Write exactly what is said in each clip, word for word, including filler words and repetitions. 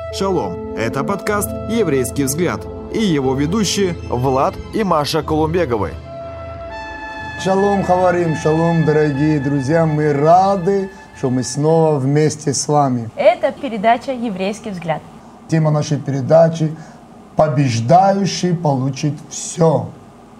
Шалом! Это подкаст «Еврейский взгляд» и его ведущие Влад и Маша Колумбеговы. Шалом, хаварим, шалом, дорогие друзья, мы рады, что мы снова вместе с вами. Это передача «Еврейский взгляд». Тема нашей передачи «Побеждающий получит все».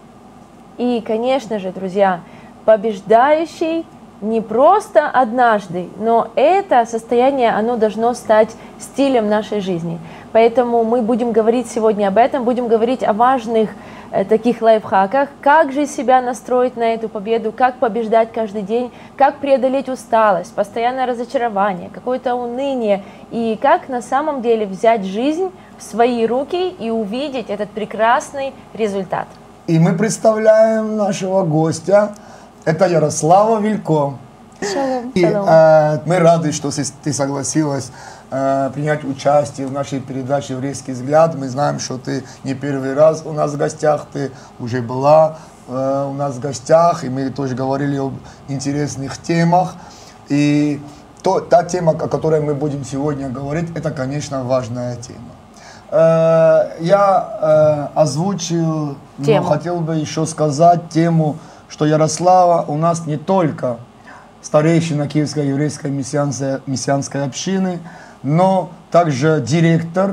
И, конечно же, друзья, побеждающий не просто однажды, но это состояние, оно должно стать стилем нашей жизни. Поэтому мы будем говорить сегодня об этом, будем говорить о важных э, таких лайфхаках, как же себя настроить на эту победу, как побеждать каждый день, как преодолеть усталость, постоянное разочарование, какое-то уныние, и как на самом деле взять жизнь в свои руки и увидеть этот прекрасный результат. И мы представляем нашего гостя. Это Ярослава Вилько. Шалом. И э, мы рады, что ты согласилась э, принять участие в нашей передаче «Еврейский взгляд». Мы знаем, что ты не первый раз у нас в гостях, ты уже была э, у нас в гостях, и мы тоже говорили об интересных темах. И то, та тема, о которой мы будем сегодня говорить, это, конечно, важная тема. Э, я э, озвучил, но хотел бы еще сказать тему, что Ярослава у нас не только старейшина Киевской еврейской мессианской, мессианской общины, но также директор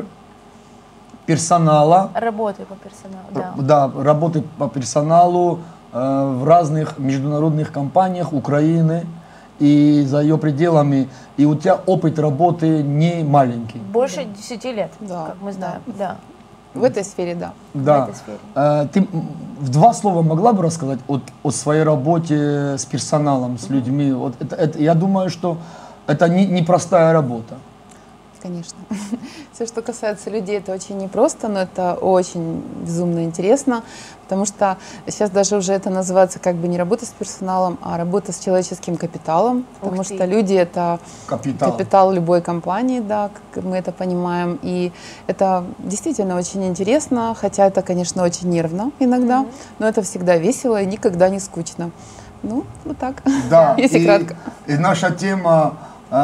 персонала. Работы по персоналу, да. Да, работы по персоналу э, в разных международных компаниях Украины и за ее пределами. И у тебя опыт работы не маленький. Больше десяти лет, да, как мы знаем, да. да. В этой сфере, да. Да. В этой сфере. Э, ты в два слова могла бы рассказать о, о своей работе с персоналом, с людьми? Вот это, это, я думаю, что это не, непростая работа. Конечно. Все, что касается людей, это очень непросто, но это очень безумно интересно, потому что сейчас даже уже это называется как бы не работа с персоналом, а работа с человеческим капиталом, потому что люди — это капитал. капитал любой компании, да, как мы это понимаем, и это действительно очень интересно, хотя это, конечно, очень нервно иногда, mm-hmm. но это всегда весело и никогда не скучно. Ну, вот так, да, если и, кратко. И наша тема э,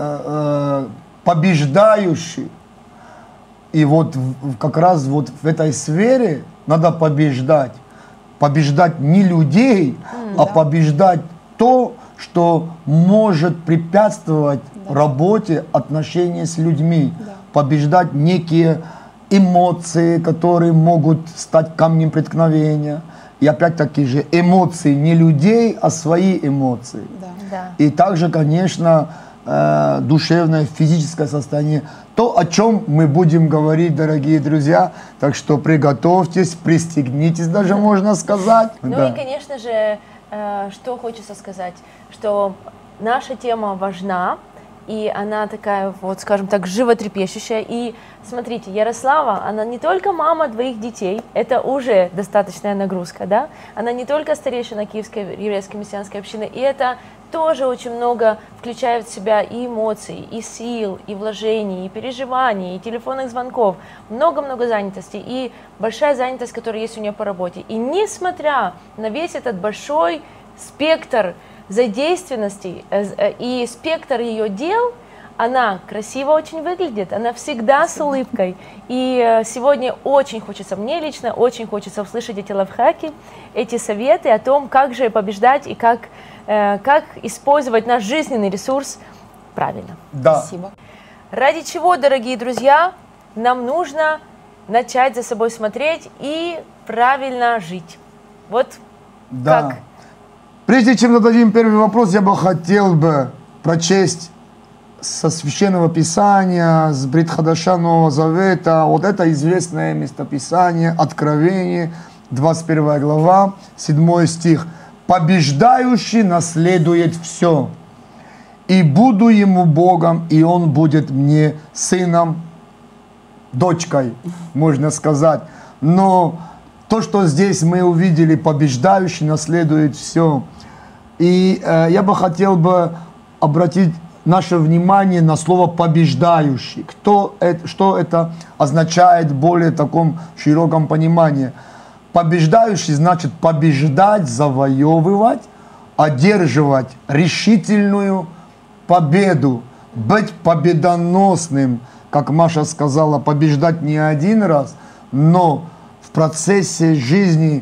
э, побеждающий. И вот в, как раз вот в этой сфере надо побеждать. Побеждать не людей, mm, а да. побеждать то, что может препятствовать да. работе, отношения с людьми. Да. Побеждать некие эмоции, которые могут стать камнем преткновения. И опять-таки же эмоции не людей, а свои эмоции. Да. Да. И также, конечно, э, душевное, физическое состояние. То, о чем мы будем говорить, дорогие друзья. Так что приготовьтесь, пристегнитесь, даже можно сказать. Ну да. и, конечно же, э, что хочется сказать, что наша тема важна, и она такая, вот, скажем так, животрепещущая. И смотрите, Ярослава, она не только мама двоих детей, это уже достаточная нагрузка, да? Она не только старейшина Киевской еврейской мессианской общины, и это тоже очень много включает в себя и эмоций, и сил, и вложений, и переживаний, и телефонных звонков, много-много занятостей, и большая занятость, которая есть у нее по работе. И несмотря на весь этот большой спектр задействованности и спектр ее дел, она красиво очень выглядит, она всегда с улыбкой. И сегодня очень хочется, мне лично очень хочется услышать эти лайфхаки, эти советы о том, как же побеждать и как, как использовать наш жизненный ресурс правильно. Да. Спасибо. Ради чего, дорогие друзья, нам нужно начать за собой смотреть и правильно жить. Вот да. как. Прежде чем зададим первый вопрос, я бы хотел бы прочесть со Священного Писания, с Брит Хадаша Нового Завета, вот это известное местописание, Откровение, двадцать первая глава, седьмой стих. «Побеждающий наследует все, и буду ему Богом, и он будет мне сыном, дочкой, можно сказать». Но то, что здесь мы увидели, побеждающий наследует все. И э, я бы хотел бы обратить наше внимание на слово «побеждающий». Кто это, что это означает в более таком широком понимании? Побеждающий значит побеждать, завоевывать, одерживать решительную победу, быть победоносным, как Маша сказала, побеждать не один раз, но в процессе жизни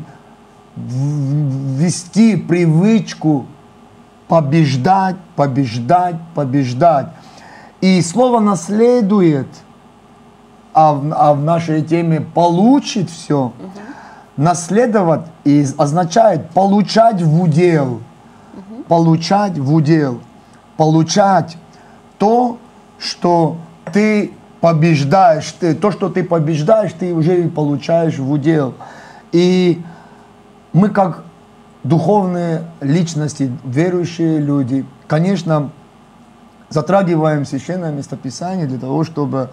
ввести привычку побеждать, побеждать, побеждать. И слово «наследует», а в, а в нашей теме «получит все», угу. наследовать и означает получать в удел, угу. получать в удел, получать то, что ты побеждаешь, ты, то, что ты побеждаешь, ты уже и получаешь в удел. И мы как духовные личности, верующие люди, конечно, затрагиваем священное местописание для того, чтобы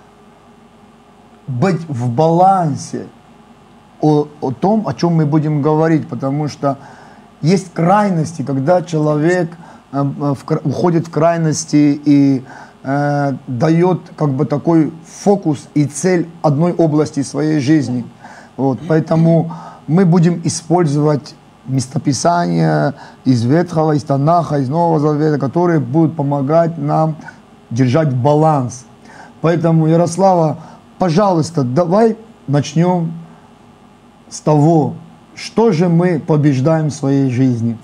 быть в балансе о, о том, о чем мы будем говорить, потому что есть крайности, когда человек э, в, уходит в крайности и э, дает как бы такой фокус и цель одной области своей жизни. Вот, поэтому мы будем использовать местописания из Ветхого, из Танаха, из Нового Завета, которые будут помогать нам держать баланс. Поэтому, Ярослава, пожалуйста, давай начнем с того, что же мы побеждаем в своей жизни.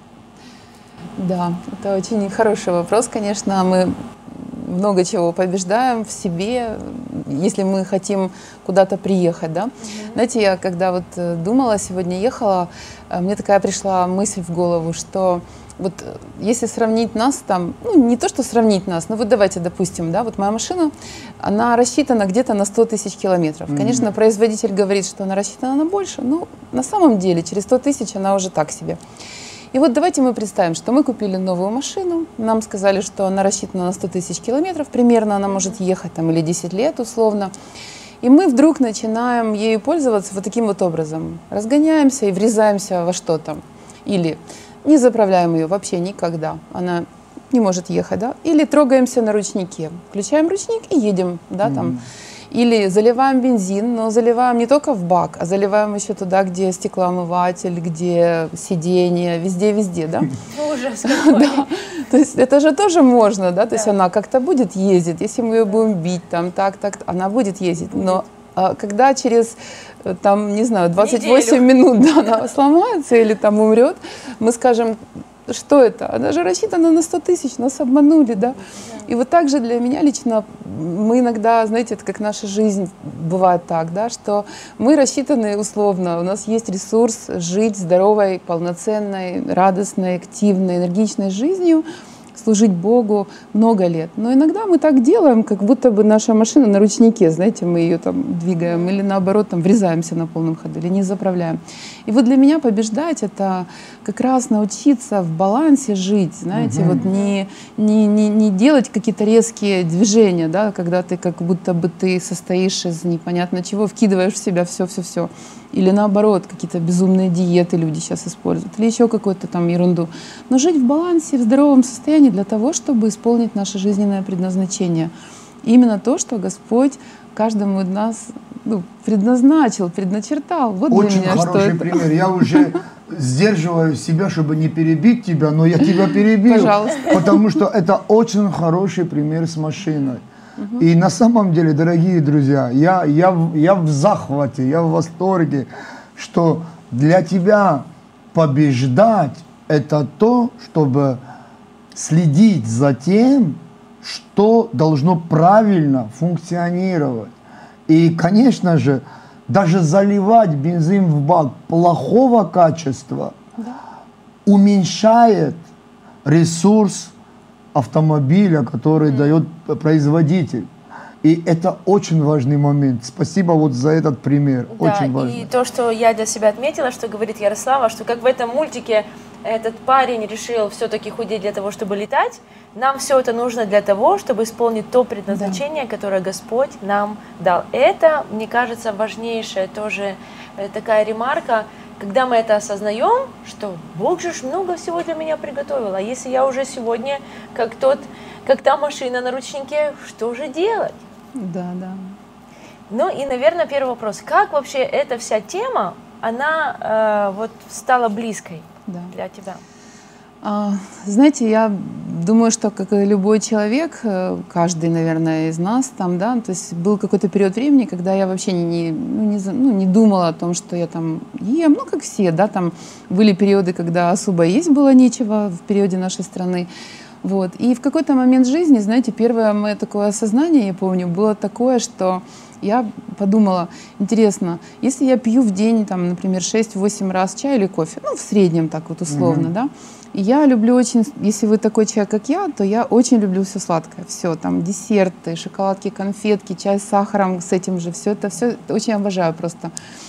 Да, это очень хороший вопрос, конечно. Мы много чего побеждаем в себе, если мы хотим куда-то приехать, да. Mm-hmm. Знаете, я когда вот думала, сегодня ехала, мне такая пришла мысль в голову, что вот если сравнить нас там, ну не то, что сравнить нас, но вот давайте допустим, да, вот моя машина, она рассчитана где-то на сто тысяч километров. Mm-hmm. Конечно, производитель говорит, что она рассчитана на больше, но на самом деле через сто тысяч она уже так себе. И вот давайте мы представим, что мы купили новую машину, нам сказали, что она рассчитана на сто тысяч километров, примерно она может ехать там или десять лет условно. И мы вдруг начинаем ею пользоваться вот таким вот образом. Разгоняемся и врезаемся во что-то. Или не заправляем ее вообще никогда, она не может ехать, да? Или трогаемся на ручнике, включаем ручник и едем, да, там. Mm-hmm. Или заливаем бензин, но заливаем не только в бак, а заливаем еще туда, где стеклоомыватель, где сиденье, везде-везде, да? Ужас какой. Да. То есть это же тоже можно, да? То есть она как-то будет ездить, если мы ее будем бить, там, так, так, она будет ездить. Но а, когда через, там, не знаю, двадцать восемь минут да, она сломается или там умрет, мы скажем, что это? Она же рассчитана на сто тысяч, нас обманули, да? И вот так же для меня лично, мы иногда, знаете, это как наша жизнь бывает так, да, что мы рассчитаны условно, у нас есть ресурс жить здоровой, полноценной, радостной, активной, энергичной жизнью, служить Богу много лет. Но иногда мы так делаем, как будто бы наша машина на ручнике, знаете, мы ее там двигаем или наоборот там врезаемся на полном ходу или не заправляем. И вот для меня побеждать — это как раз научиться в балансе жить, знаете, mm-hmm. вот не, не, не, не делать какие-то резкие движения, да, когда ты как будто бы ты состоишь из непонятно чего, вкидываешь в себя все-все-все. Или наоборот, какие-то безумные диеты люди сейчас используют, или еще какую-то там ерунду. Но жить в балансе, в здоровом состоянии для того, чтобы исполнить наше жизненное предназначение. И именно то, что Господь каждому из нас ну, предназначил, предначертал. Вот очень для меня, хороший что пример. Это. Я уже сдерживаю себя, чтобы не перебить тебя, но я тебя перебил. Пожалуйста. Потому что это очень хороший пример с машиной. Угу. И на самом деле, дорогие друзья, я, я, я в захвате, я в восторге, что для тебя побеждать — это то, чтобы следить за тем, что должно правильно функционировать. И, конечно же, даже заливать бензин в бак плохого качества да. уменьшает ресурс автомобиля, который mm. дает производитель. И это очень важный момент. Спасибо вот за этот пример. Да, очень важный. И то, что я для себя отметила, что говорит Ярослава, что как в этом мультике этот парень решил все-таки худеть для того, чтобы летать, нам все это нужно для того, чтобы исполнить то предназначение, да. которое Господь нам дал. Это, мне кажется, важнейшая тоже такая ремарка, когда мы это осознаем, что Бог же много всего для меня приготовил, а если я уже сегодня, как, тот, как та машина на ручнике, что же делать? Да, да. Ну и, наверное, первый вопрос. Как вообще эта вся тема, она э, вот стала близкой да. для тебя? А, знаете, я думаю, что как и любой человек, каждый, наверное, из нас там, да, то есть был какой-то период времени, когда я вообще не, ну, не, ну, не думала о том, что я там ем, ну, как все, да, там были периоды, когда особо есть было нечего в периоде нашей страны. Вот. И в какой-то момент жизни, знаете, первое мое такое осознание, я помню, было такое, что я подумала, интересно, если я пью в день, там, например, шесть-восемь раз чай или кофе, ну, в среднем так вот условно, mm-hmm. да, и я люблю очень, если вы такой человек, как я, то я очень люблю все сладкое, все, там, десерты, шоколадки, конфетки, чай с сахаром, с этим же, все это, все это очень обожаю просто.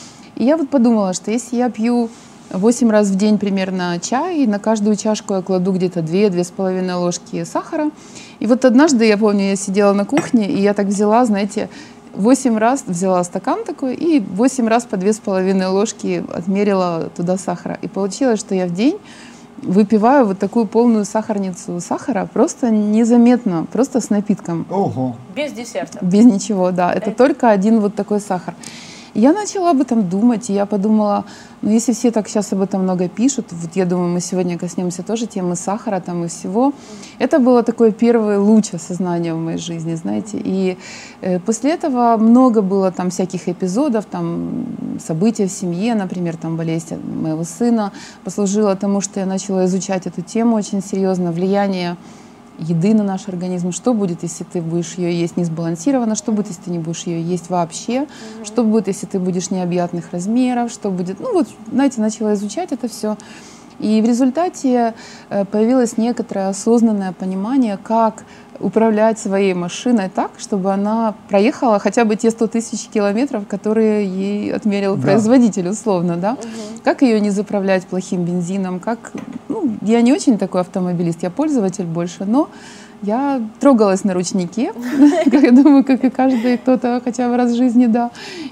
И я вот подумала, что если я пью восемь раз в день примерно чай, и на каждую чашку я кладу где-то две-две с половиной ложки сахара, и вот однажды, я помню, я сидела на кухне, и я так взяла, знаете, восемь раз взяла стакан такой и восемь раз по две с половиной ложки отмерила туда сахара. И получилось, что я в день выпиваю вот такую полную сахарницу сахара просто незаметно, просто с напитком. Ого. Без десерта. Без ничего, да. Это Это... только один вот такой сахар. И я начала об этом думать, и я подумала, ну если все так сейчас об этом много пишут, вот я думаю, мы сегодня коснемся тоже темы сахара там и всего. Это было такое первый луч осознания в моей жизни, знаете. И э, после этого много было там всяких эпизодов, там события в семье, например, там болезнь моего сына послужила тому, что я начала изучать эту тему очень серьезно, влияние еды на наш организм, что будет, если ты будешь ее есть несбалансированно, что будет, если ты не будешь ее есть вообще, mm-hmm. что будет, если ты будешь необъятных размеров, что будет, ну вот, знаете, начала изучать это все. И в результате появилось некоторое осознанное понимание, как управлять своей машиной так, чтобы она проехала хотя бы те сто тысяч километров, которые ей отмерил да. производитель, условно, да? Угу. Как ее не заправлять плохим бензином, как... Ну, я не очень такой автомобилист, я пользователь больше, но я трогалась на ручнике, я думаю, как и каждый кто-то хотя бы раз в жизни, да,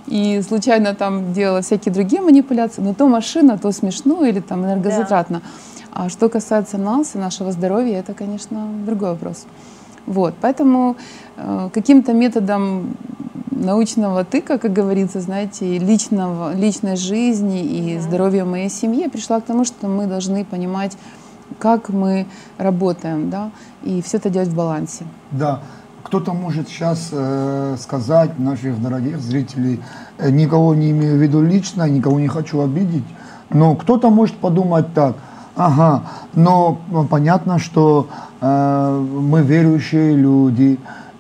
и случайно там делала всякие другие манипуляции, но то машина, то смешно или там энергозатратно. А что касается нас и нашего здоровья, это, конечно, другой вопрос. Вот, поэтому э, каким-то методом научного тыка, как говорится, знаете, личного, личной жизни и mm-hmm. здоровья моей семьи, я пришла к тому, что мы должны понимать, как мы работаем, да, и все это делать в балансе. Да, кто-то может сейчас э, сказать, наших дорогих зрителей, э, никого не имею в виду лично, никого не хочу обидеть, но кто-то может подумать так, ага, но понятно, что э, мы верующие люди,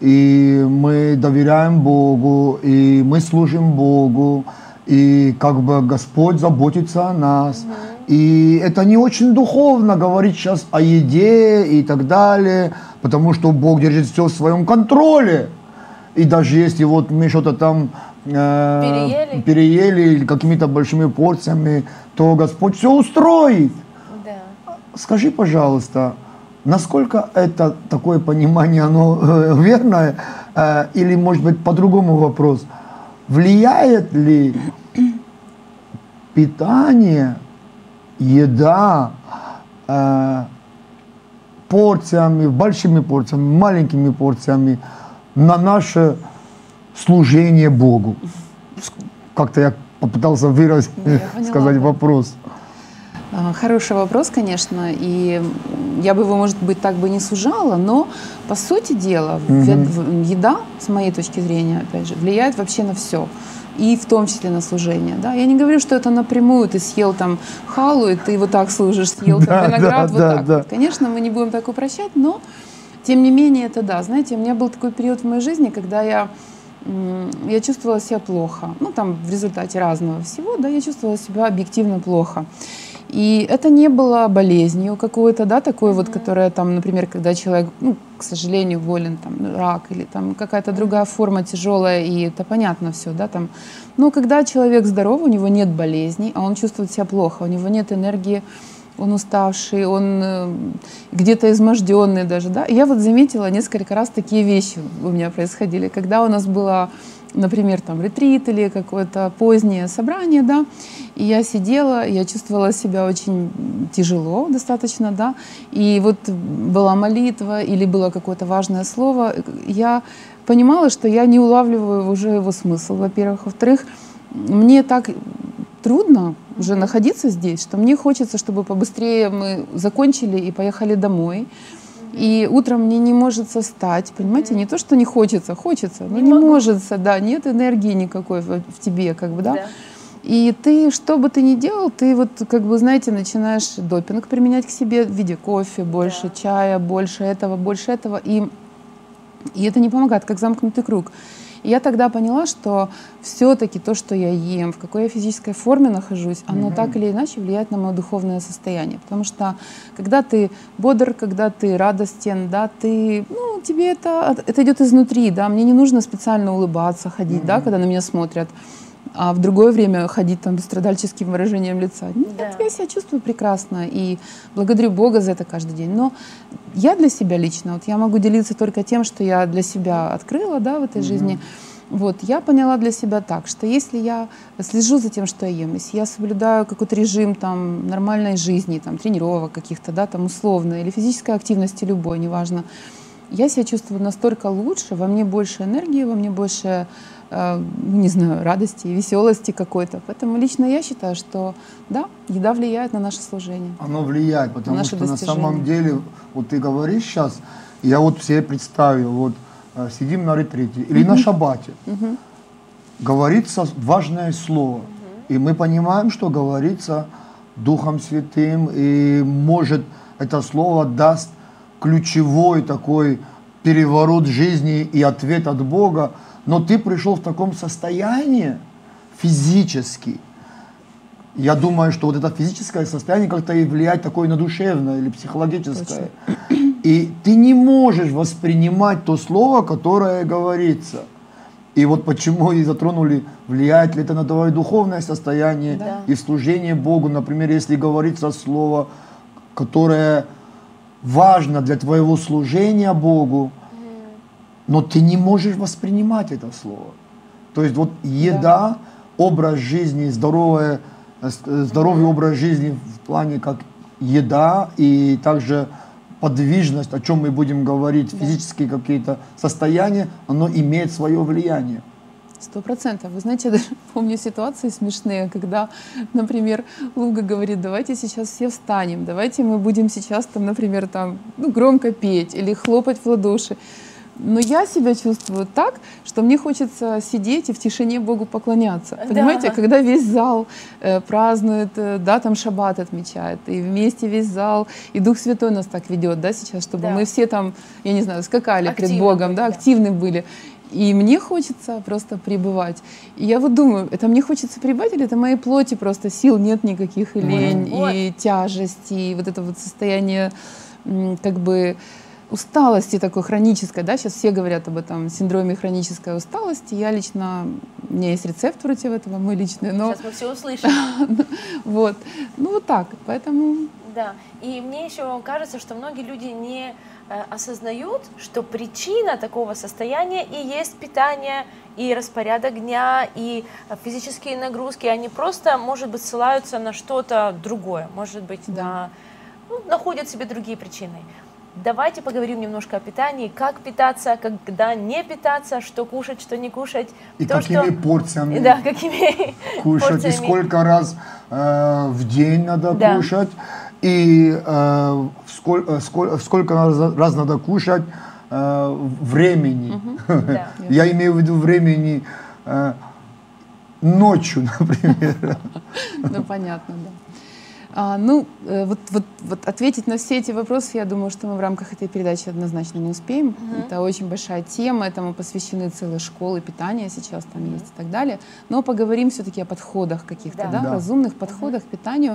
и мы доверяем Богу, и мы служим Богу, и как бы Господь заботится о нас. Mm-hmm. И это не очень духовно говорить сейчас о еде и так далее, потому что Бог держит все в своем контроле. И даже если вот мы что-то там э, переели. переели какими-то большими порциями, то Господь все устроит. Да. Скажи, пожалуйста, насколько это такое понимание, оно э, верное, э, или, может быть, по-другому вопрос, влияет ли питание, еда э, порциями, большими порциями, маленькими порциями на наше служение Богу? Как-то я попытался выразить, я сказать вопрос. Хороший вопрос, конечно, и я бы его, может быть, так бы не сужала, но, по сути дела, mm-hmm. еда, с моей точки зрения, опять же, влияет вообще на все, и в том числе на служение. Да? Я не говорю, что это напрямую, ты съел там халу, и ты вот так служишь, съел там да, виноград, да, вот да, так да. вот. Конечно, мы не будем так упрощать, но, тем не менее, это да. Знаете, у меня был такой период в моей жизни, когда я я чувствовала себя плохо, ну там в результате разного всего, да, я чувствовала себя объективно плохо. И это не было болезнью какой-то, да, такой mm-hmm. вот, которая там, например, когда человек, ну, к сожалению, болен, там, рак или там какая-то другая форма тяжелая, и это понятно все, да, там. Но когда человек здоров, у него нет болезней, а он чувствует себя плохо, у него нет энергии, он уставший, он где-то изможденный даже, да. И я вот заметила несколько раз такие вещи у меня происходили, когда у нас было, например, там ретрит или какое-то позднее собрание, да, и я сидела, я чувствовала себя очень тяжело достаточно, да, и вот была молитва или было какое-то важное слово, я понимала, что я не улавливаю уже его смысл, во-первых, во-вторых, мне так трудно уже находиться здесь, что мне хочется, чтобы побыстрее мы закончили и поехали домой. И утром мне не может встать, понимаете, не то, что не хочется, хочется, но Не не могу. может, да, нет энергии никакой в, в тебе, как бы, да. Да. И ты, что бы ты ни делал, ты вот, как бы, знаете, начинаешь допинг применять к себе в виде кофе, больше Да. чая, больше этого, больше этого, и, и это не помогает, как замкнутый круг. И я тогда поняла, что все-таки то, что я ем, в какой я физической форме нахожусь, оно Мгм. так или иначе влияет на мое духовное состояние. Потому что когда ты бодр, когда ты радостен, да, ты, ну, тебе это, это идет изнутри, да, мне не нужно специально улыбаться, ходить, да, когда на меня смотрят, а в другое время ходить там с страдальческим выражением лица. Нет, Да. я себя чувствую прекрасно и благодарю Бога за это каждый день. Но я для себя лично, вот я могу делиться только тем, что я для себя открыла, да, в этой жизни. Вот, я поняла для себя так, что если я слежу за тем, что я ем, если я соблюдаю какой-то режим там, нормальной жизни, там, тренировок каких-то, да, там, условно, или физической активности любой, неважно, я себя чувствую настолько лучше, во мне больше энергии, во мне больше, э, не знаю, радости, веселости какой-то. Поэтому лично я считаю, что да, еда влияет на наше служение. Оно влияет, потому Наши что на достижения. самом деле, вот ты говоришь сейчас, я вот себе представил, вот э, сидим на ретрите или на шаббате, говорится важное слово, и мы понимаем, что говорится Духом Святым, и может это слово даст ключевой такой переворот жизни и ответ от Бога, но ты пришел в таком состоянии физически. Я думаю, что вот это физическое состояние как-то и влияет такое на душевное или психологическое. И ты не можешь воспринимать то слово, которое говорится. И вот почему и затронули, влияет ли это на твое духовное состояние Да. и служение Богу. Например, если говорится слово, которое важно для твоего служения Богу, но ты не можешь воспринимать это слово. То есть вот еда, образ жизни, здоровое, э, здоровый образ жизни в плане как еда и также подвижность, о чем мы будем говорить, физические какие-то состояния, оно имеет свое влияние. Сто процентов. Вы знаете, я даже помню ситуации смешные, когда, например, Луга говорит, давайте сейчас все встанем, давайте мы будем сейчас, там, например, там, ну, громко петь или хлопать в ладоши. Но я себя чувствую так, что мне хочется сидеть и в тишине Богу поклоняться. Да. Понимаете, когда весь зал э, празднует, э, да, там шаббат отмечает, и вместе весь зал, и Дух Святой нас так ведет, да, сейчас, чтобы Да. мы все там, я не знаю, скакали Активны пред Богом, были, да, да. активны были. И мне хочется просто пребывать. И я вот думаю, это мне хочется пребывать, или это моей плоти просто сил нет никаких, и лень, Вот. и тяжести, и вот это вот состояние м, как бы усталости такой хронической, да, сейчас все говорят об этом синдроме хронической усталости. Я лично, у меня есть рецепт против этого, мой личный, но Сейчас мы все услышим. вот, ну вот так, поэтому Да, и мне еще кажется, что многие люди не э, осознают, что причина такого состояния и есть питание, и распорядок дня, и э, физические нагрузки, они просто, может быть, ссылаются на что-то другое, может быть, Да. на, ну, находят себе другие причины. Давайте поговорим немножко о питании, как питаться, когда не питаться, что кушать, что не кушать. И то, какими что... порциями Да, какими кушать, и порциями. сколько раз э, в день надо Да. кушать, и э, сколько, сколько, сколько раз, раз надо кушать э, времени. Да. Я имею в виду времени э, ночью, например. ну понятно, да. А, ну, э, вот, вот, вот ответить на все эти вопросы, я думаю, что мы в рамках этой передачи однозначно не успеем. Это очень большая тема, этому посвящены целые школы питания сейчас там есть и так далее. Но поговорим все-таки о подходах каких-то, Да. да, Да. разумных подходах к питанию.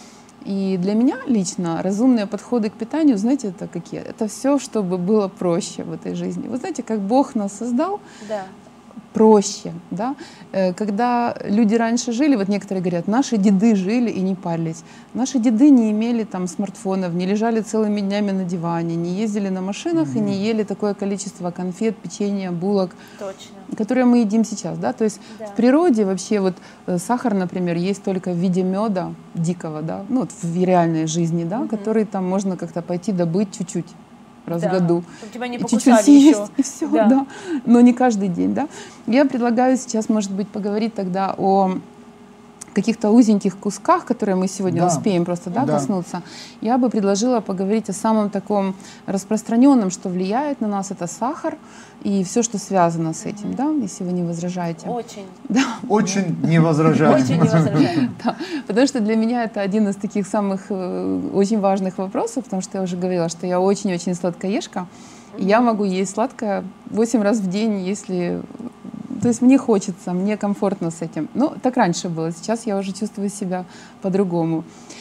И для меня лично разумные подходы к питанию, знаете, это какие? Это все, чтобы было проще в этой жизни. Вы знаете, как Бог нас создал, Да. проще, да. Э, Когда люди раньше жили, вот некоторые говорят, наши деды жили и не парились. Наши деды не имели там смартфонов, не лежали целыми днями на диване, не ездили на машинах и не ели такое количество конфет, печенья, булок, Точно. которые мы едим сейчас, да. То есть Да. в природе вообще вот э, сахар, например, есть только в виде меда дикого, да, ну вот в реальной жизни, да, который там можно как-то пойти добыть чуть-чуть раз Да. в году. Чтобы тебя не И чуть-чуть покусали съесть, еще. и все, Да. да. Но не каждый день, да. Я предлагаю сейчас, может быть, поговорить тогда о каких-то узеньких кусках, которые мы сегодня Да. успеем просто да, Да. коснуться, я бы предложила поговорить о самом таком распространенном, что влияет на нас, это сахар и все, что связано с этим, да, если вы не возражаете. Очень, Очень не возражаю. очень не возражаю. Да, потому что для меня это один из таких самых э, очень важных вопросов, потому что я уже говорила, что я очень-очень сладкоежка, и я могу есть сладкое восемь раз в день, если... То есть мне хочется, мне комфортно с этим. Ну, так раньше было, сейчас я уже чувствую себя по-другому.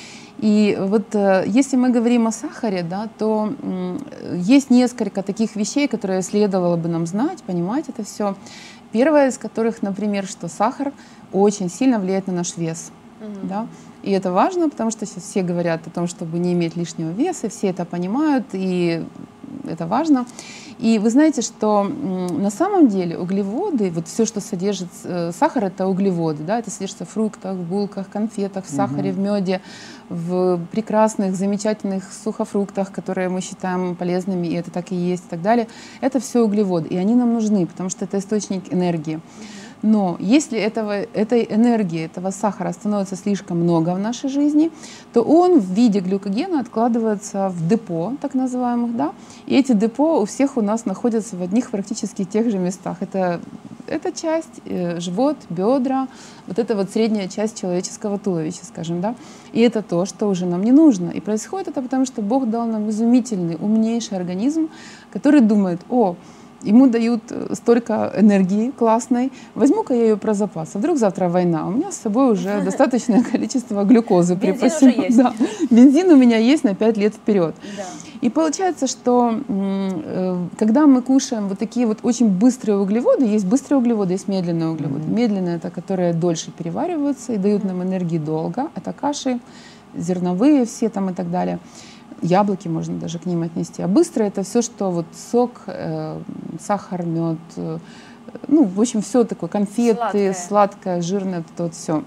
И вот э, если мы говорим о сахаре, да, то м, есть несколько таких вещей, которые следовало бы нам знать, понимать это все. Первое из которых, например, что сахар очень сильно влияет на наш вес. Мгм. Да? И это важно, потому что сейчас все говорят о том, чтобы не иметь лишнего веса, все это понимают, и это важно. И вы знаете, что м, на самом деле углеводы, вот все, что содержит э, сахар, это углеводы, да, это содержится в фруктах, в булках, конфетах, в сахаре, в меде, в прекрасных, замечательных сухофруктах, которые мы считаем полезными, и это так и есть, и так далее. Это все углеводы, и они нам нужны, потому что это источник энергии. Но если этого, этой энергии, этого сахара становится слишком много в нашей жизни, то он в виде глюкогена откладывается в депо, так называемых, да, и эти депо у всех у нас находятся в одних практически тех же местах. Это, это часть, э, живот, бедра, вот это вот средняя часть человеческого туловища, скажем, да, и это то, что уже нам не нужно. И происходит это потому, что Бог дал нам изумительный, умнейший организм, который думает: о, ему дают столько энергии классной, возьму-ка я ее про запас. А вдруг завтра война, у меня с собой уже достаточное количество глюкозы Бензин припасено. уже есть. Да. Бензин у меня есть на пять лет вперед. Да. И получается, что м, э, когда мы кушаем вот такие вот очень быстрые углеводы, есть быстрые углеводы, есть медленные углеводы. Медленные — это которые дольше перевариваются и дают нам энергии долго. Это каши, зерновые все там и так далее. Яблоки можно даже к ним отнести. А быстрое — это все, что вот сок, э, сахар, мед, э, ну, в общем, все такое, конфеты, Сладкое. сладкое, жирное, вот это вот все.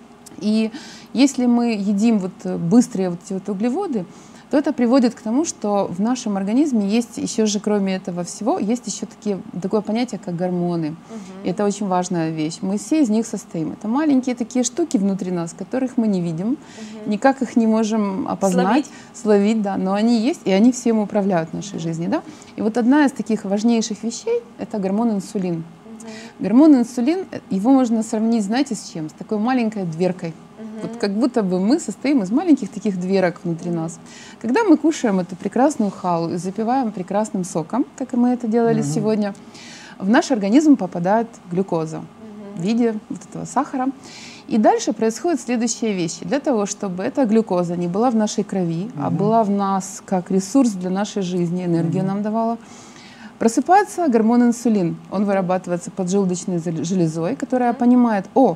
И если мы едим вот быстрые вот эти вот углеводы, то это приводит к тому, что в нашем организме есть еще же, кроме этого всего, есть еще такие, такое понятие, как гормоны. И это очень важная вещь. Мы все из них состоим. Это маленькие такие штуки внутри нас, которых мы не видим, никак их не можем опознать, Словить. словить, да, но они есть, и они всем управляют нашей жизнью, да. И вот одна из таких важнейших вещей — это гормон инсулин. Гормон инсулин, его можно сравнить, знаете, с чем? С такой маленькой дверкой. Вот как будто бы мы состоим из маленьких таких дверок внутри нас. Когда мы кушаем эту прекрасную халу и запиваем прекрасным соком, как и мы это делали сегодня, в наш организм попадает глюкоза в виде вот этого сахара. И дальше происходят следующие вещи. Для того, чтобы эта глюкоза не была в нашей крови, а была в нас как ресурс для нашей жизни, энергию нам давала, просыпается гормон инсулин. Он вырабатывается поджелудочной железой, которая понимает: о,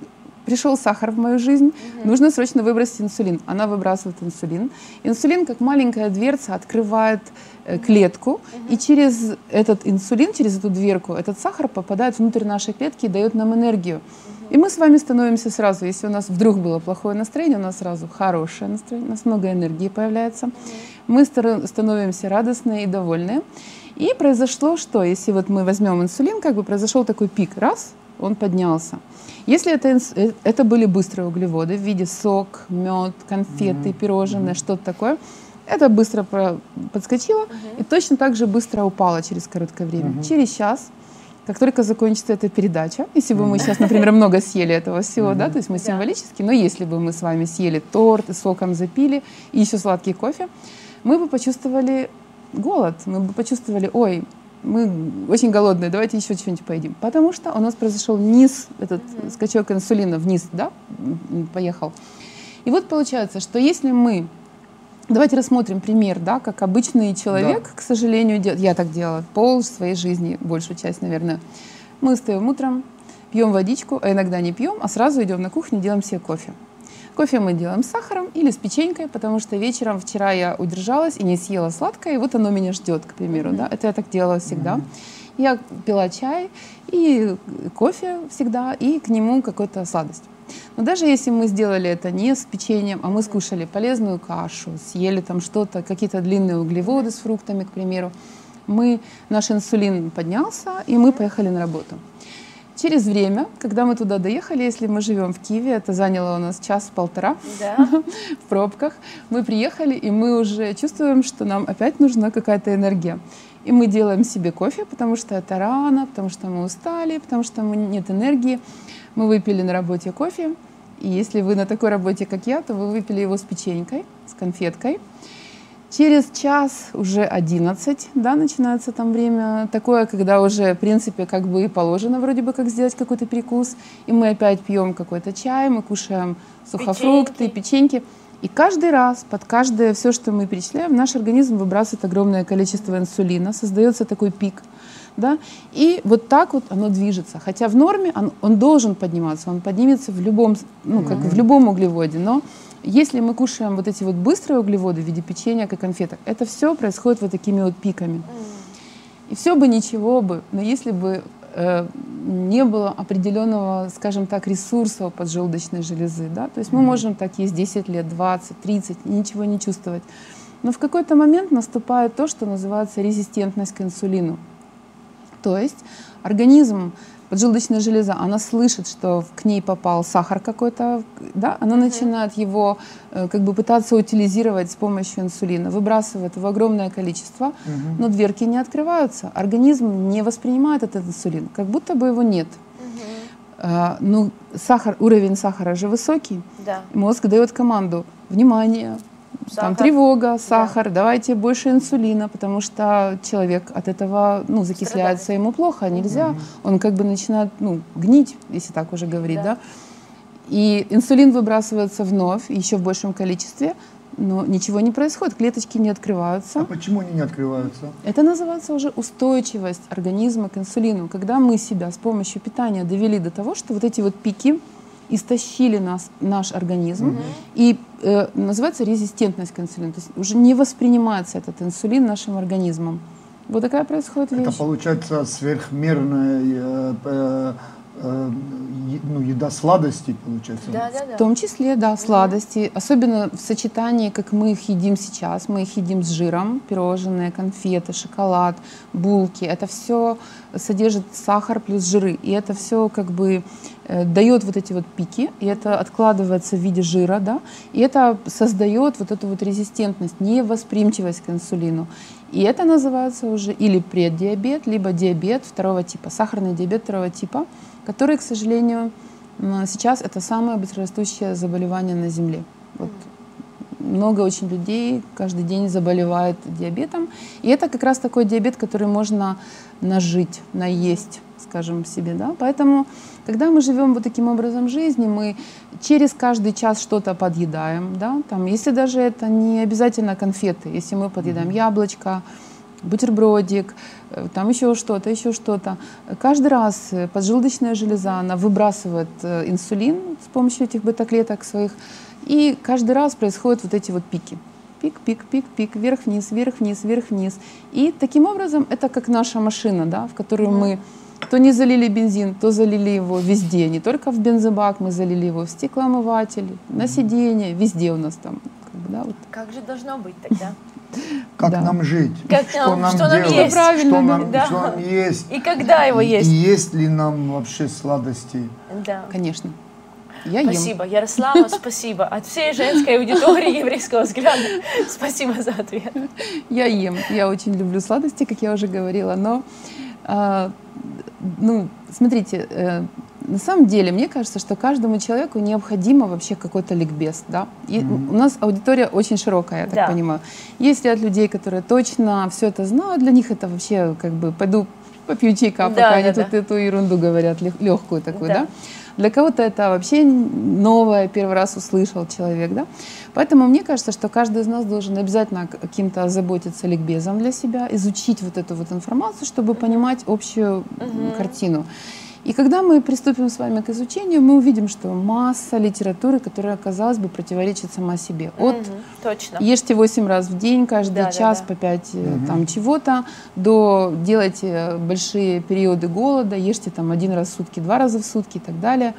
пришел сахар в мою жизнь, нужно срочно выбросить инсулин. Она выбрасывает инсулин. Инсулин, как маленькая дверца, открывает э, клетку, и через этот инсулин, через эту дверку, этот сахар попадает внутрь нашей клетки и дает нам энергию. И мы с вами становимся сразу, если у нас вдруг было плохое настроение, у нас сразу хорошее настроение, у нас много энергии появляется. Мы стар- становимся радостные и довольные. И произошло что? Если вот мы возьмем инсулин, как бы произошел такой пик, раз, он поднялся. Если это, инс- это были быстрые углеводы в виде сок, мед, конфеты, пирожные, что-то такое, это быстро про- подскочило и точно так же быстро упало через короткое время. Через час, как только закончится эта передача, если бы мы сейчас, например, много съели этого всего, да, то есть мы символически, но если бы мы с вами съели торт и соком запили, и еще сладкий кофе, мы бы почувствовали голод, мы бы почувствовали: ой, мы очень голодные, давайте еще что-нибудь поедим. Потому что у нас произошел низ, этот mm-hmm. скачок инсулина вниз, да, поехал. И вот получается, что если мы, давайте рассмотрим пример, да, как обычный человек, да. к сожалению, делает, я так делала пол своей жизни, большую часть, наверное. Мы встаем утром, пьем водичку, а иногда не пьем, а сразу идем на кухню, делаем себе кофе. Кофе мы делаем с сахаром или с печенькой, потому что вечером вчера я удержалась и не съела сладкое, и вот оно меня ждет, к примеру. Mm-hmm. Да? Это я так делала всегда. Mm-hmm. Я пила чай и кофе всегда, и к нему какую-то сладость. Но даже если мы сделали это не с печеньем, а мы скушали полезную кашу, съели там что-то, какие-то длинные углеводы с фруктами, к примеру, мы, наш инсулин поднялся, и мы поехали на работу. Через время, когда мы туда доехали, если мы живем в Киеве, это заняло у нас час-полтора Да. в пробках, мы приехали, и мы уже чувствуем, что нам опять нужна какая-то энергия. И мы делаем себе кофе, потому что это рано, потому что мы устали, потому что мы, нет энергии. Мы выпили на работе кофе, и если вы на такой работе, как я, то вы выпили его с печенькой, с конфеткой. Через час, уже одиннадцать, да, начинается там время такое, когда уже, в принципе, как бы и положено вроде бы как сделать какой-то перекус, и мы опять пьем какой-то чай, мы кушаем сухофрукты, Печеньки. печеньки. И каждый раз, под каждое, все, что мы перечисляем, наш организм выбрасывает огромное количество инсулина, создается такой пик, да, и вот так вот оно движется. Хотя в норме он, он должен подниматься, он поднимется в любом, ну, как в любом углеводе, но если мы кушаем вот эти вот быстрые углеводы в виде печенья и конфеток, это все происходит вот такими вот пиками. И все бы ничего бы, но если бы э, не было определенного, скажем так, ресурса у поджелудочной железы, да, то есть мы можем так есть десять лет, двадцать, тридцать, ничего не чувствовать. Но в какой-то момент наступает то, что называется резистентность к инсулину. То есть организм, поджелудочная железа, она слышит, что к ней попал сахар какой-то, да, она начинает его э, как бы пытаться утилизировать с помощью инсулина, выбрасывает его огромное количество, но дверки не открываются. Организм не воспринимает этот инсулин, как будто бы его нет. Э, ну, сахар, уровень сахара же высокий, Да. мозг дает команду: внимание, там Сахар. тревога, сахар, давайте больше инсулина, потому что человек от этого, ну, закисляется, Страдает. ему плохо, нельзя, он как бы начинает, ну, гнить, если так уже говорить, Да. да. И инсулин выбрасывается вновь, еще в большем количестве, но ничего не происходит, клеточки не открываются. А почему они не открываются? Это называется уже устойчивость организма к инсулину, когда мы себя с помощью питания довели до того, что вот эти вот пики истощили нас, наш организм, и э, называется резистентность к инсулину. То есть уже не воспринимается этот инсулин нашим организмом. Вот такая происходит вещь. Это получается сверхмерная э, э, э, е- ну, еда сладостей, получается. Да, да, да. В том числе, да, сладости, особенно в сочетании, как мы их едим сейчас. Мы их едим с жиром, пирожные, конфеты, шоколад, булки. Это все содержит сахар плюс жиры. И это все как бы э, дает вот эти вот пики, и это откладывается в виде жира, да, и это создает вот эту вот резистентность, невосприимчивость к инсулину. И это называется уже или преддиабет, либо диабет второго типа, сахарный диабет второго типа, который, к сожалению, м, сейчас это самое быстрорастущее заболевание на Земле. Вот. Много очень людей каждый день заболевает диабетом. И это как раз такой диабет, который можно нажить, наесть, скажем себе. Да? Поэтому, когда мы живем вот таким образом жизни, мы через каждый час что-то подъедаем. Да? Там, если даже это не обязательно конфеты, если мы подъедаем яблочко, бутербродик, э, там еще что-то, еще что-то. Каждый раз э, поджелудочная железа, она выбрасывает э, инсулин с помощью этих бета-клеток своих, и каждый раз происходят вот эти вот пики. Пик, пик, пик, пик, вверх-вниз, вверх-вниз, вверх-вниз. И таким образом это как наша машина, да, в которую мы то не залили бензин, то залили его везде. Не только в бензобак, мы залили его в стеклоомыватель, на сиденье, везде у нас там. Как бы, да, вот. Как же должно быть тогда? Как Да. нам жить? Как нам- что нам делать? есть? Правильно, Что нам, да. что нам есть? И когда его И есть? есть ли нам вообще сладости? Да. Конечно. Я ем. Спасибо, Ярослава, спасибо. От всей женской аудитории еврейского взгляда спасибо за ответ. Я ем. Я очень люблю сладости, как я уже говорила. Но, а, ну, смотрите, э, на самом деле, мне кажется, что каждому человеку необходимо вообще какой-то ликбез. Да? И у нас аудитория очень широкая, я так Да. понимаю. Есть ряд людей, которые точно все это знают. Для них это вообще как бы пойду попью чайка, Да, пока да, они да. тут эту ерунду говорят, легкую такую, Да. да? Для кого-то это вообще новое, первый раз услышал человек, да? Поэтому мне кажется, что каждый из нас должен обязательно каким-то озаботиться ликбезом для себя, изучить вот эту вот информацию, чтобы понимать общую м, картину. И когда мы приступим с вами к изучению, мы увидим, что масса литературы, которая, казалось бы, противоречит сама себе. От Мгм, точно. ешьте восемь раз в день, каждый Да, да, час да. по пять э, там чего-то, до делайте большие периоды голода, ешьте там один раз в сутки, два раза в сутки и так далее.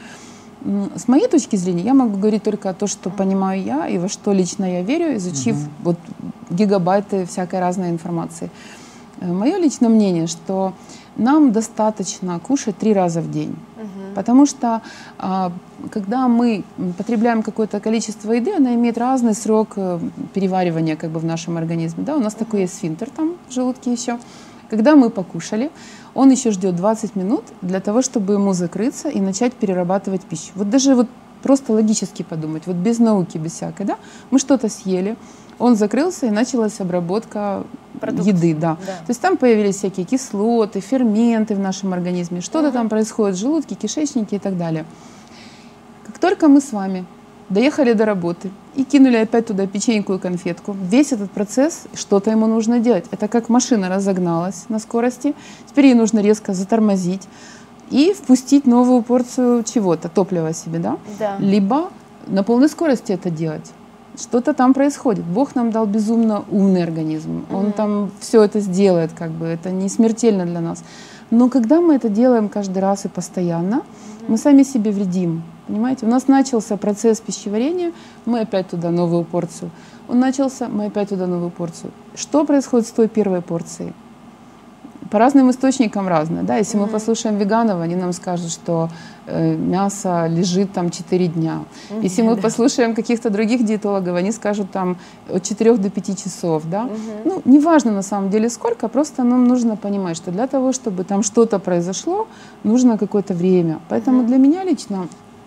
М, С моей точки зрения, я могу говорить только то, что понимаю я и во что лично я верю, изучив вот гигабайты всякой разной информации. Мое личное мнение, что нам достаточно кушать три раза в день. Потому что а, когда мы потребляем какое-то количество еды, она имеет разный срок переваривания как бы в нашем организме. Да? У нас угу. такой есть сфинктер там в желудке еще. Когда мы покушали, он еще ждет двадцать минут для того, чтобы ему закрыться и начать перерабатывать пищу. Вот даже вот просто логически подумать, вот без науки, без всякой, да, мы что-то съели, он закрылся и началась обработка Продукции. еды, да. да. То есть там появились всякие кислоты, ферменты в нашем организме, что-то угу. там происходит в желудке, кишечнике и так далее. Как только мы с вами доехали до работы и кинули опять туда печеньку и конфетку, весь этот процесс, что-то ему нужно делать. Это как машина разогналась на скорости, теперь ей нужно резко затормозить и впустить новую порцию чего-то, топлива себе, да? Да. Либо на полной скорости это делать. Что-то там происходит. Бог нам дал безумно умный организм. Он mm-hmm. там все это сделает, как бы, это не смертельно для нас. Но когда мы это делаем каждый раз и постоянно, mm-hmm. мы сами себе вредим. Понимаете? У нас начался процесс пищеварения, мы опять туда новую порцию. Он начался, мы опять туда новую порцию. Что происходит с той первой порцией? По разным источникам разное. Да? Если mm-hmm. мы послушаем веганов, они нам скажут, что э, мясо лежит там четыре дня. Mm-hmm. Если мы послушаем каких-то других диетологов, они скажут там от четырёх до пяти часов. Да? Mm-hmm. Ну, неважно на самом деле сколько, просто нам нужно понимать, что для того, чтобы там что-то произошло, нужно какое-то время. Поэтому mm-hmm. для меня лично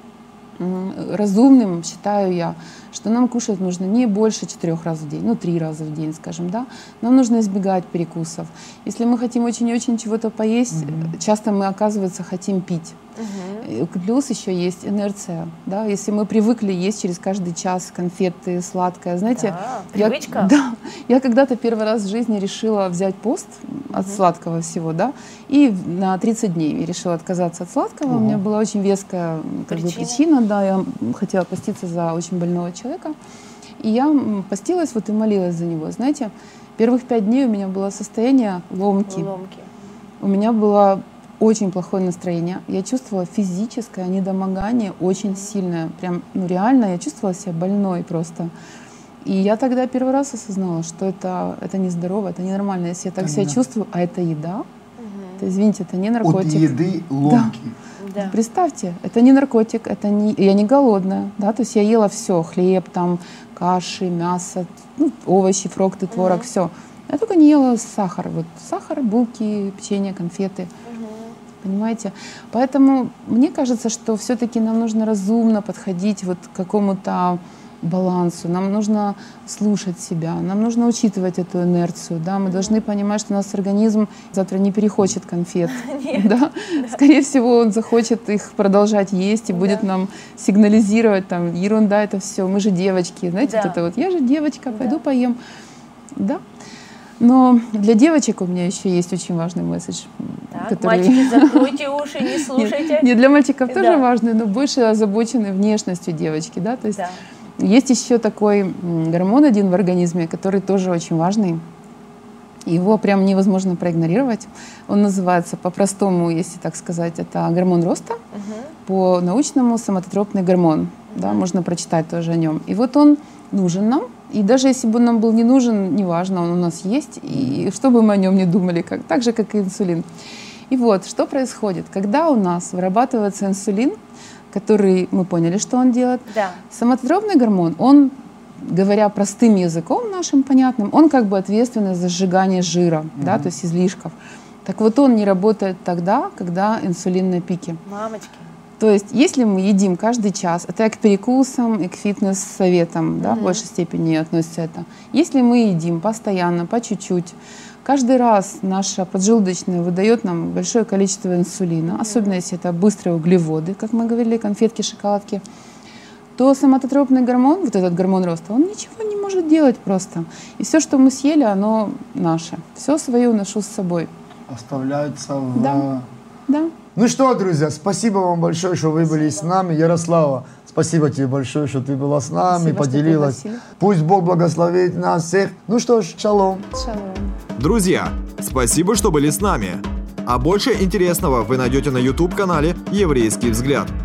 разумным считаю я, что нам кушать нужно не больше четырех раз в день, ну три раза в день, скажем, да. Нам нужно избегать перекусов. Если мы хотим очень и очень чего-то поесть, mm-hmm. часто мы, оказывается, хотим пить. Uh-huh. Плюс еще есть инерция, да, если мы привыкли есть через каждый час конфеты, сладкое, знаете, да, я, привычка. Да, я когда-то первый раз в жизни решила взять пост uh-huh. от сладкого всего, да, и на тридцать дней я решила отказаться от сладкого, uh-huh. у меня была очень веская как бы, причина, да, я хотела поститься за очень больного человека, и я постилась вот и молилась за него, знаете, первых пять дней у меня было состояние ломки, ломки. У меня было очень плохое настроение. Я чувствовала физическое недомогание очень сильное. Прям, ну реально, я чувствовала себя больной просто. И я тогда первый раз осознала, что это, это нездорово, это ненормально. Если я так Понятно. себя чувствую, а это еда, угу. то, извините, это не наркотик. От еды ломки. Да. Да. Представьте, это не наркотик, это не, я не голодная. Да? То есть я ела все, хлеб, там, каши, мясо, ну, овощи, фрукты, творог, угу. все. Я только не ела сахар. Вот сахар, булки, печенье, конфеты. Понимаете? Поэтому мне кажется, что все-таки нам нужно разумно подходить вот к какому-то балансу. Нам нужно слушать себя, нам нужно учитывать эту инерцию. Да? Мы должны понимать, что у нас организм завтра не перехочет конфет. Да? Скорее всего, он захочет их продолжать есть и будет нам сигнализировать, там, ерунда это все, мы же девочки. Знаете, вот это вот, я же девочка, пойду поем. Да? Но для девочек у меня еще есть очень важный месседж. Так, который... Мальчики, закройте уши, не слушайте. Нет, нет, для мальчиков да. тоже важный, но больше озабочены внешностью девочки. Да? То есть да. есть еще такой гормон один в организме, который тоже очень важный. Его прям невозможно проигнорировать. Он называется по-простому, если так сказать, это гормон роста. Угу. По-научному соматотропный гормон. Угу. Да, можно прочитать тоже о нем. И вот он нужен нам. И даже если бы он нам был не нужен, неважно, он у нас есть, и что бы мы о нем не думали, как, так же, как и инсулин. И вот, что происходит, когда у нас вырабатывается инсулин, который, мы поняли, что он делает, да. соматотропный гормон, он, говоря простым языком нашим понятным, он как бы ответственный за сжигание жира, mm-hmm. да, то есть излишков. Так вот он не работает тогда, когда инсулин на пике. Мамочки. То есть, если мы едим каждый час, это и к перекусам, и к фитнес-советам, да, mm-hmm. в большей степени относится это. Если мы едим постоянно, по чуть-чуть, каждый раз наша поджелудочная выдает нам большое количество инсулина, mm-hmm. особенно если это быстрые углеводы, как мы говорили, конфетки, шоколадки, то соматотропный гормон, вот этот гормон роста, он ничего не может делать просто. И все, что мы съели, оно наше. Все свое уношу с собой. Оставляется в... Да, да. Ну что, друзья, спасибо вам большое, что вы были с нами. Ярослава, спасибо тебе большое, что ты была с нами, спасибо, поделилась. Пусть Бог благословит нас всех. Ну что ж, шалом. Шалом. Друзья, спасибо, что были с нами. А больше интересного вы найдете на YouTube-канале «Еврейский взгляд».